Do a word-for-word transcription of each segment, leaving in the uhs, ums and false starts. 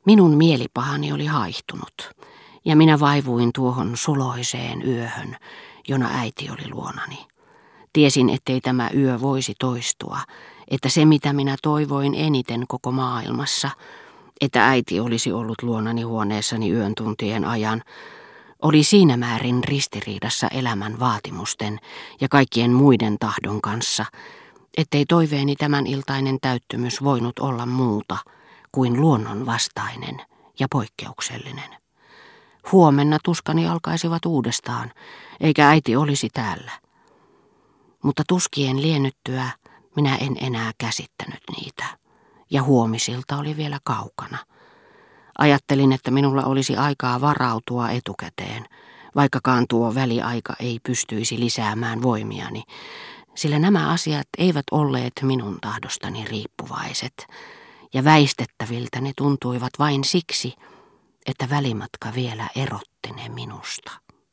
Minun mielipahani oli haihtunut, ja minä vaivuin tuohon suloiseen yöhön, jona äiti oli luonani. Tiesin, ettei tämä yö voisi toistua, että se mitä minä toivoin eniten koko maailmassa, että äiti olisi ollut luonani huoneessani yön tuntien ajan, oli siinä määrin ristiriidassa elämän vaatimusten ja kaikkien muiden tahdon kanssa, ettei toiveeni tämän iltainen täyttymys voinut olla muuta kuin luonnonvastainen ja poikkeuksellinen. Huomenna tuskani alkaisivat uudestaan, eikä äiti olisi täällä. Mutta tuskien liennyttyä minä en enää käsittänyt niitä, ja huomisilta oli vielä kaukana. Ajattelin, että minulla olisi aikaa varautua etukäteen, vaikkakaan tuo väliaika ei pystyisi lisäämään voimiani, sillä nämä asiat eivät olleet minun tahdostani riippuvaiset, ja väistettäviltä ne tuntuivat vain siksi, että välimatka vielä erotti ne minusta.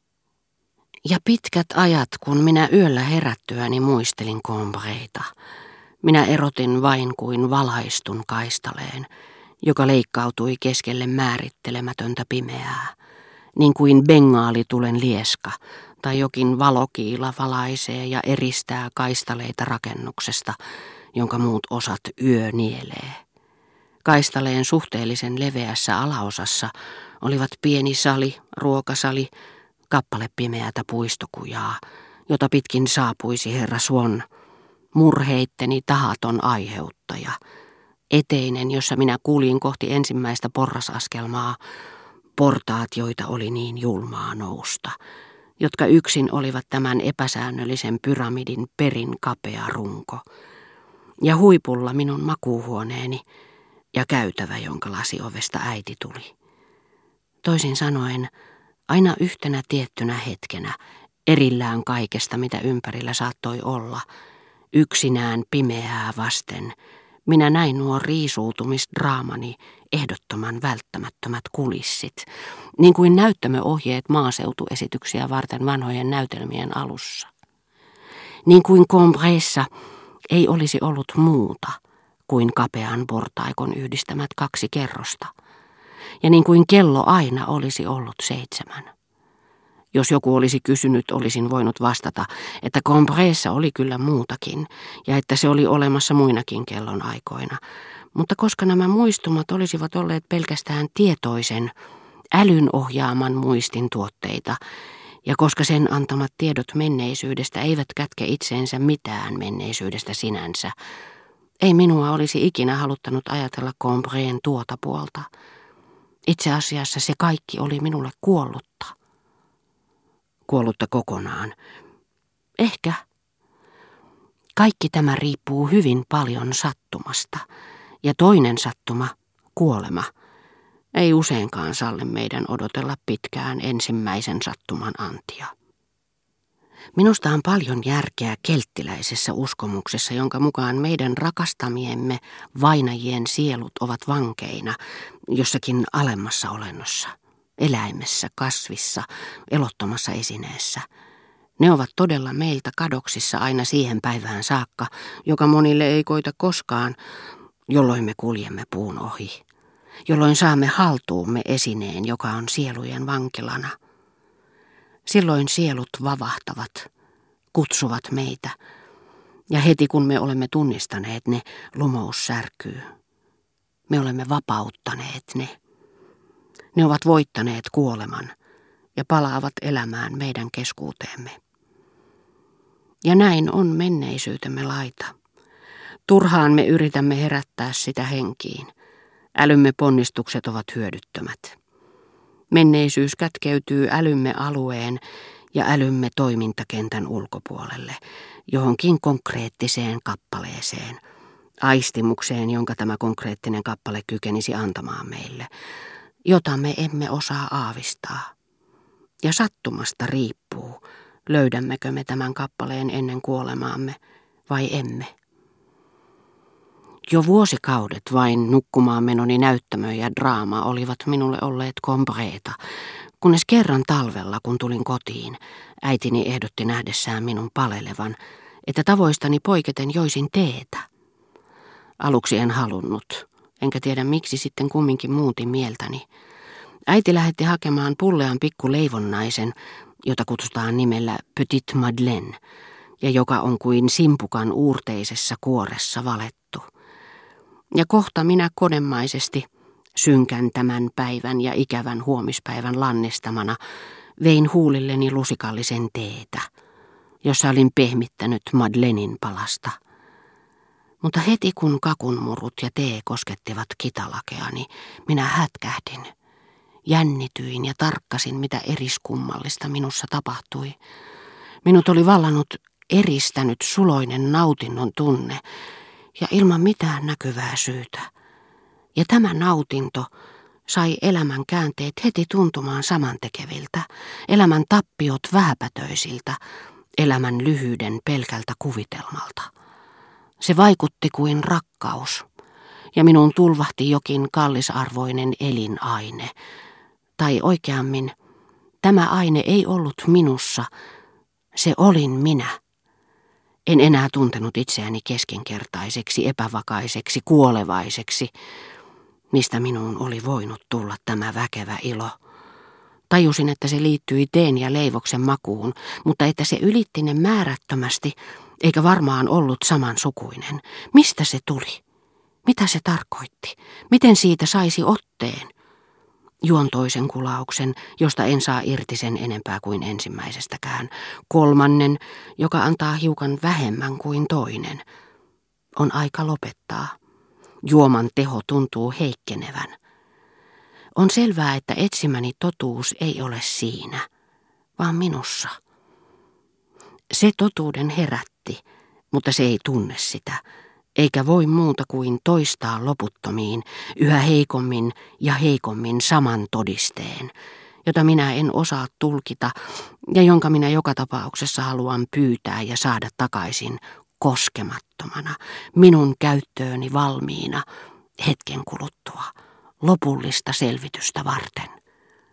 Ja pitkät ajat, kun minä yöllä herättyäni muistelin Combreita, minä erotin vain kuin valaistun kaistaleen, joka leikkautui keskelle määrittelemätöntä pimeää, niin kuin bengaalitulen lieska tai jokin valokiila valaisee ja eristää kaistaleita rakennuksesta, jonka muut osat yö nielee. Kaistaleen suhteellisen leveässä alaosassa olivat pieni sali, ruokasali, kappale pimeätä puistokujaa, jota pitkin saapuisi herra Swan, murheitteni tahaton aiheuttaja, eteinen, jossa minä kuljin kohti ensimmäistä porrasaskelmaa, portaat, joita oli niin julmaa nousta, jotka yksin olivat tämän epäsäännöllisen pyramidin perin kapea runko, ja huipulla minun makuuhuoneeni ja käytävä, jonka lasiovesta äiti tuli. Toisin sanoen, aina yhtenä tiettynä hetkenä, erillään kaikesta, mitä ympärillä saattoi olla, yksinään pimeää vasten, minä näin nuo riisuutumisdraamani ehdottoman välttämättömät kulissit, niin kuin näyttämöohjeet maaseutuesityksiä varten vanhojen näytelmien alussa. Niin kuin Combreissa ei olisi ollut muuta kuin kapean portaikon yhdistämät kaksi kerrosta, ja niin kuin kello aina olisi ollut seitsemän. Jos joku olisi kysynyt, olisin voinut vastata, että Combreissa oli kyllä muutakin, ja että se oli olemassa muinakin kellonaikoina. Mutta koska nämä muistumat olisivat olleet pelkästään tietoisen, älyn ohjaaman muistin tuotteita, ja koska sen antamat tiedot menneisyydestä eivät kätke itseensä mitään menneisyydestä sinänsä, ei minua olisi ikinä haluttanut ajatella Combreen tuota puolta. Itse asiassa se kaikki oli minulle kuollutta. Kuollutta kokonaan. Ehkä. Kaikki tämä riippuu hyvin paljon sattumasta, ja toinen sattuma, kuolema, ei useinkaan salli meidän odotella pitkään ensimmäisen sattuman antia. Minusta on paljon järkeä kelttiläisessä uskomuksessa, jonka mukaan meidän rakastamiemme vainajien sielut ovat vankeina jossakin alemmassa olennossa, eläimessä, kasvissa, elottomassa esineessä. Ne ovat todella meiltä kadoksissa aina siihen päivään saakka, joka monille ei koita koskaan, jolloin me kuljemme puun ohi, jolloin saamme haltuumme esineen, joka on sielujen vankilana. Silloin sielut vavahtavat, kutsuvat meitä, ja heti kun me olemme tunnistaneet ne, lumous särkyy. Me olemme vapauttaneet ne. Ne ovat voittaneet kuoleman ja palaavat elämään meidän keskuuteemme. Ja näin on menneisyytemme laita. Turhaan me yritämme herättää sitä henkiin. Älymme ponnistukset ovat hyödyttömät. Menneisyys kätkeytyy älymme alueen ja älymme toimintakentän ulkopuolelle, johonkin konkreettiseen kappaleeseen, aistimukseen, jonka tämä konkreettinen kappale kykenisi antamaan meille, jota me emme osaa aavistaa. Ja sattumasta riippuu, löydämmekö me tämän kappaleen ennen kuolemaamme vai emme. Jo vuosikaudet vain nukkumaan menoni näyttämö ja draama olivat minulle olleet Combreita, kunnes kerran talvella, kun tulin kotiin, äitini ehdotti nähdessään minun palelevan, että tavoistani poiketen joisin teetä. Aluksi en halunnut, enkä tiedä miksi sitten kumminkin muutin mieltäni. Äiti lähetti hakemaan pullean pikku leivonnaisen, jota kutsutaan nimellä Petit Madeleine, ja joka on kuin simpukan uurteisessa kuoressa valettu. Ja kohta minä kodemaisesti, synkän tämän päivän ja ikävän huomispäivän lannistamana, vein huulilleni lusikallisen teetä, jossa olin pehmittänyt Madeleinin palasta. Mutta heti kun kakunmurut ja tee koskettivat kitalakeani, minä hätkähdin. Jännityin ja tarkkasin, mitä eriskummallista minussa tapahtui. Minut oli vallannut eristänyt suloinen nautinnon tunne ja ilman mitään näkyvää syytä. Ja tämä nautinto sai elämän käänteet heti tuntumaan samantekeviltä, elämän tappiot vähäpätöisiltä, elämän lyhyyden pelkältä kuvitelmalta. Se vaikutti kuin rakkaus, ja minun tulvahti jokin kallisarvoinen elinaine. Tai oikeammin, tämä aine ei ollut minussa, se olin minä. En enää tuntenut itseäni keskinkertaiseksi, epävakaiseksi, kuolevaiseksi, mistä minun oli voinut tulla tämä väkevä ilo. Tajusin, että se liittyi teen ja leivoksen makuun, mutta että se ylitti ne määrättömästi, eikä varmaan ollut samansukuinen. Mistä se tuli? Mitä se tarkoitti? Miten siitä saisi otteen? Juon toisen kulauksen, josta en saa irti sen enempää kuin ensimmäisestäkään. Kolmannen, joka antaa hiukan vähemmän kuin toinen. On aika lopettaa. Juoman teho tuntuu heikkenevän. On selvää, että etsimäni totuus ei ole siinä, vaan minussa. Se totuuden herätti, mutta se ei tunne sitä, eikä voi muuta kuin toistaa loputtomiin, yhä heikommin ja heikommin saman todisteen, jota minä en osaa tulkita ja jonka minä joka tapauksessa haluan pyytää ja saada takaisin koskemattomana, minun käyttööni valmiina hetken kuluttua, lopullista selvitystä varten.